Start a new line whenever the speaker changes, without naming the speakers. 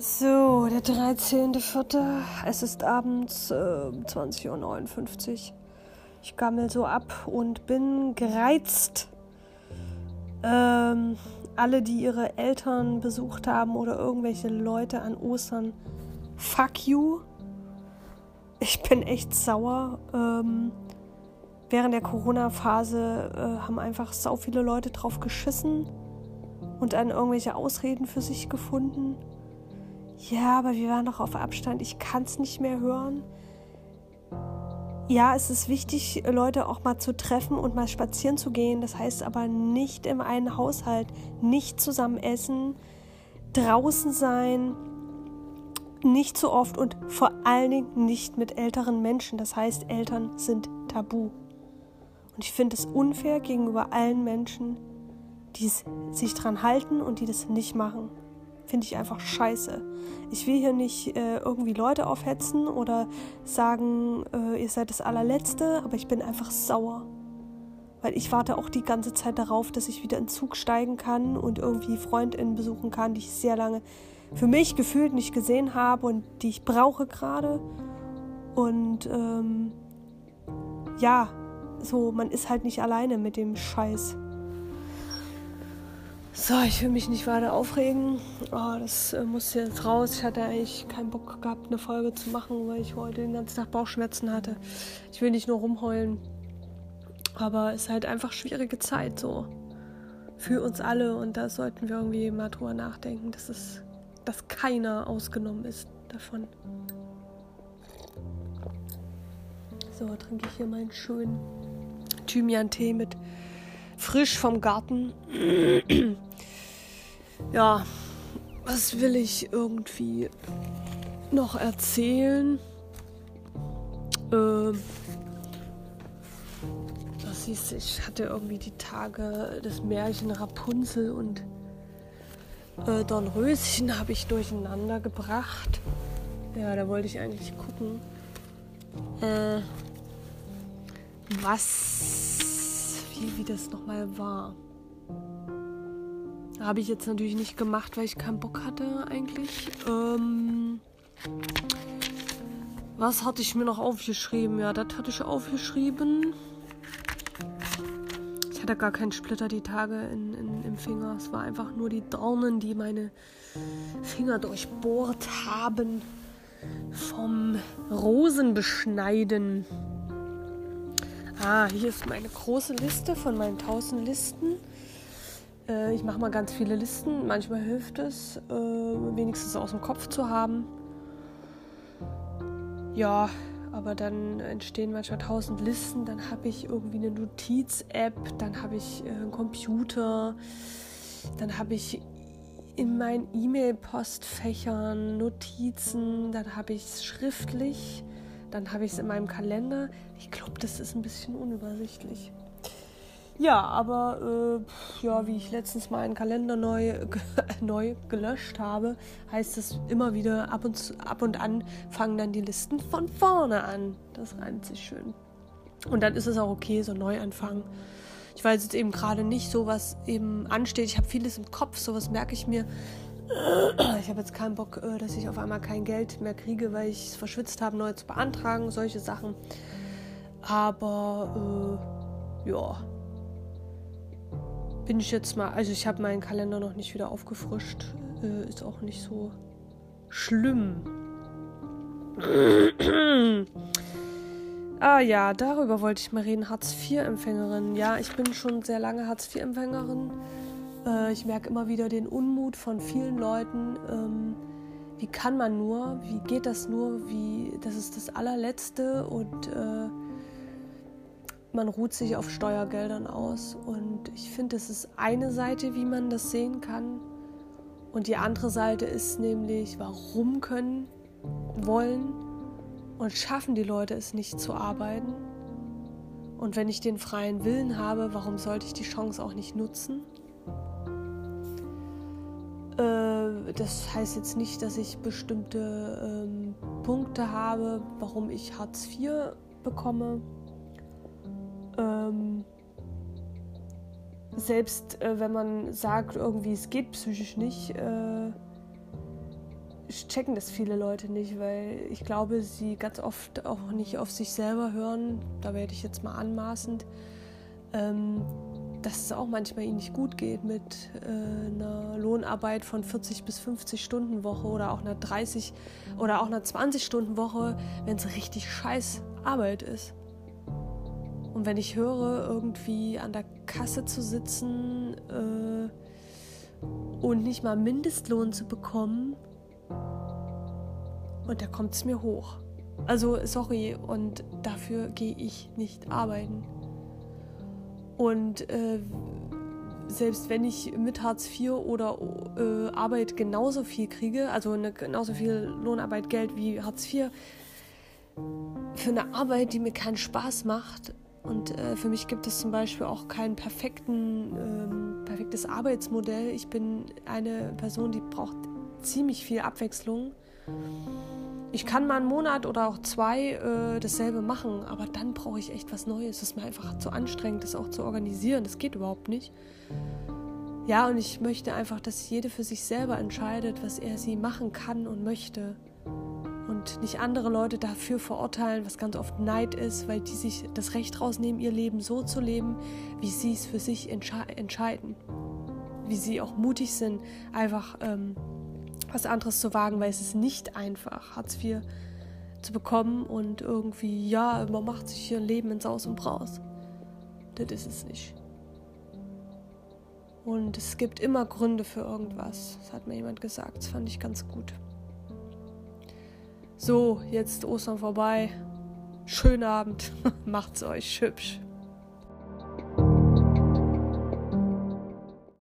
So, der 13.04. Es ist abends 20:59 Uhr. Ich gammel so ab und bin gereizt. Alle, die ihre Eltern besucht haben oder irgendwelche Leute an Ostern, fuck you. Ich bin echt sauer. Während der Corona-Phase haben einfach sau viele Leute drauf geschissen und dann irgendwelche Ausreden für sich gefunden. Ja, aber wir waren doch auf Abstand. Ich kann es nicht mehr hören. Ja, es ist wichtig, Leute auch mal zu treffen und mal spazieren zu gehen. Das heißt aber nicht im einen Haushalt, nicht zusammen essen, draußen sein, nicht so oft und vor allen Dingen nicht mit älteren Menschen. Das heißt, Eltern sind tabu. Und ich finde es unfair gegenüber allen Menschen, die sich dran halten und die das nicht machen. Finde ich einfach scheiße. Ich will hier nicht irgendwie Leute aufhetzen oder sagen, ihr seid das Allerletzte, aber ich bin einfach sauer. Weil ich warte auch die ganze Zeit darauf, dass ich wieder in den Zug steigen kann und irgendwie FreundInnen besuchen kann, die ich sehr lange für mich gefühlt nicht gesehen habe und die ich brauche gerade. Und ja, so, man ist halt nicht alleine mit dem Scheiß. So, ich will mich nicht weiter aufregen. Oh, das muss jetzt raus. Ich hatte eigentlich keinen Bock gehabt, eine Folge zu machen, weil ich heute den ganzen Tag Bauchschmerzen hatte. Ich will nicht nur rumheulen. Aber es ist halt einfach schwierige Zeit so. Für uns alle. Und da sollten wir irgendwie mal drüber nachdenken, dass keiner ausgenommen ist davon. So, trinke ich hier meinen schönen Thymian-Tee mit frisch vom Garten. Ja, was will ich irgendwie noch erzählen? Das siehst du, ich hatte irgendwie die Tage das Märchen Rapunzel und Dornröschen habe ich durcheinander gebracht. Ja, da wollte ich eigentlich gucken, wie das nochmal war. Habe ich jetzt natürlich nicht gemacht, weil ich keinen Bock hatte eigentlich. Was hatte ich mir noch aufgeschrieben? Ja, das hatte ich aufgeschrieben. Ich hatte gar keinen Splitter die Tage im Finger. Es war einfach nur die Dornen, die meine Finger durchbohrt haben. Vom Rosenbeschneiden. Hier ist meine große Liste von meinen 1000 Listen. Ich mache mal ganz viele Listen. Manchmal hilft es, wenigstens aus dem Kopf zu haben. Ja, aber dann entstehen manchmal 1000 Listen. Dann habe ich irgendwie eine Notiz-App. Dann habe ich einen Computer. Dann habe ich in meinen E-Mail-Postfächern Notizen. Dann habe ich es schriftlich. Dann habe ich es in meinem Kalender. Ich glaube, das ist ein bisschen unübersichtlich. Ja, aber wie ich letztens mal einen Kalender neu gelöscht habe, heißt es immer wieder ab und an fangen dann die Listen von vorne an. Das reimt sich schön. Und dann ist es auch okay, so Neuanfang. Ich weiß jetzt eben gerade nicht, so was eben ansteht. Ich habe vieles im Kopf, sowas merke ich mir. Ich habe jetzt keinen Bock, dass ich auf einmal kein Geld mehr kriege, weil ich es verschwitzt habe, neu zu beantragen, solche Sachen. Aber, bin ich jetzt mal, also ich habe meinen Kalender noch nicht wieder aufgefrischt, ist auch nicht so schlimm. Ja, darüber wollte ich mal reden, Hartz-IV-Empfängerin. Ja, ich bin schon sehr lange Hartz-IV-Empfängerin. Ich merke immer wieder den Unmut von vielen Leuten. Wie kann man nur? Wie geht das nur? Das ist das Allerletzte und man ruht sich auf Steuergeldern aus. Und ich finde, das ist eine Seite, wie man das sehen kann. Und die andere Seite ist nämlich, warum wollen und schaffen die Leute es nicht zu arbeiten? Und wenn ich den freien Willen habe, warum sollte ich die Chance auch nicht nutzen? Das heißt jetzt nicht, dass ich bestimmte Punkte habe, warum ich Hartz IV bekomme. Selbst wenn man sagt, irgendwie es geht psychisch nicht, checken das viele Leute nicht, weil ich glaube, sie ganz oft auch nicht auf sich selber hören. Da werde ich jetzt mal anmaßend, dass es auch manchmal ihnen nicht gut geht mit einer Lohnarbeit von 40 bis 50 Stunden Woche oder auch einer 30 oder auch einer 20 Stunden Woche, wenn es richtig scheiß Arbeit ist. Und wenn ich höre, irgendwie an der Kasse zu sitzen und nicht mal Mindestlohn zu bekommen, und da kommt es mir hoch. Also sorry, und dafür gehe ich nicht arbeiten. Und selbst wenn ich mit Hartz IV oder Arbeit genauso viel kriege, also genauso viel Lohnarbeit, Geld wie Hartz IV, für eine Arbeit, die mir keinen Spaß macht, und für mich gibt es zum Beispiel auch kein perfektes Arbeitsmodell. Ich bin eine Person, die braucht ziemlich viel Abwechslung. Ich kann mal einen Monat oder auch 2 dasselbe machen, aber dann brauche ich echt was Neues. Das ist mir einfach zu anstrengend, das auch zu organisieren. Das geht überhaupt nicht. Ja, und ich möchte einfach, dass jede für sich selber entscheidet, was sie machen kann und möchte. Und nicht andere Leute dafür verurteilen, was ganz oft Neid ist, weil die sich das Recht rausnehmen, ihr Leben so zu leben, wie sie es für sich entscheiden. Wie sie auch mutig sind, einfach was anderes zu wagen, weil es ist nicht einfach, Hartz IV zu bekommen und irgendwie, ja, man macht sich hier ein Leben in Saus und Braus. Das ist es nicht. Und es gibt immer Gründe für irgendwas. Das hat mir jemand gesagt, das fand ich ganz gut. So, jetzt Ostern vorbei. Schönen Abend. Macht's euch hübsch.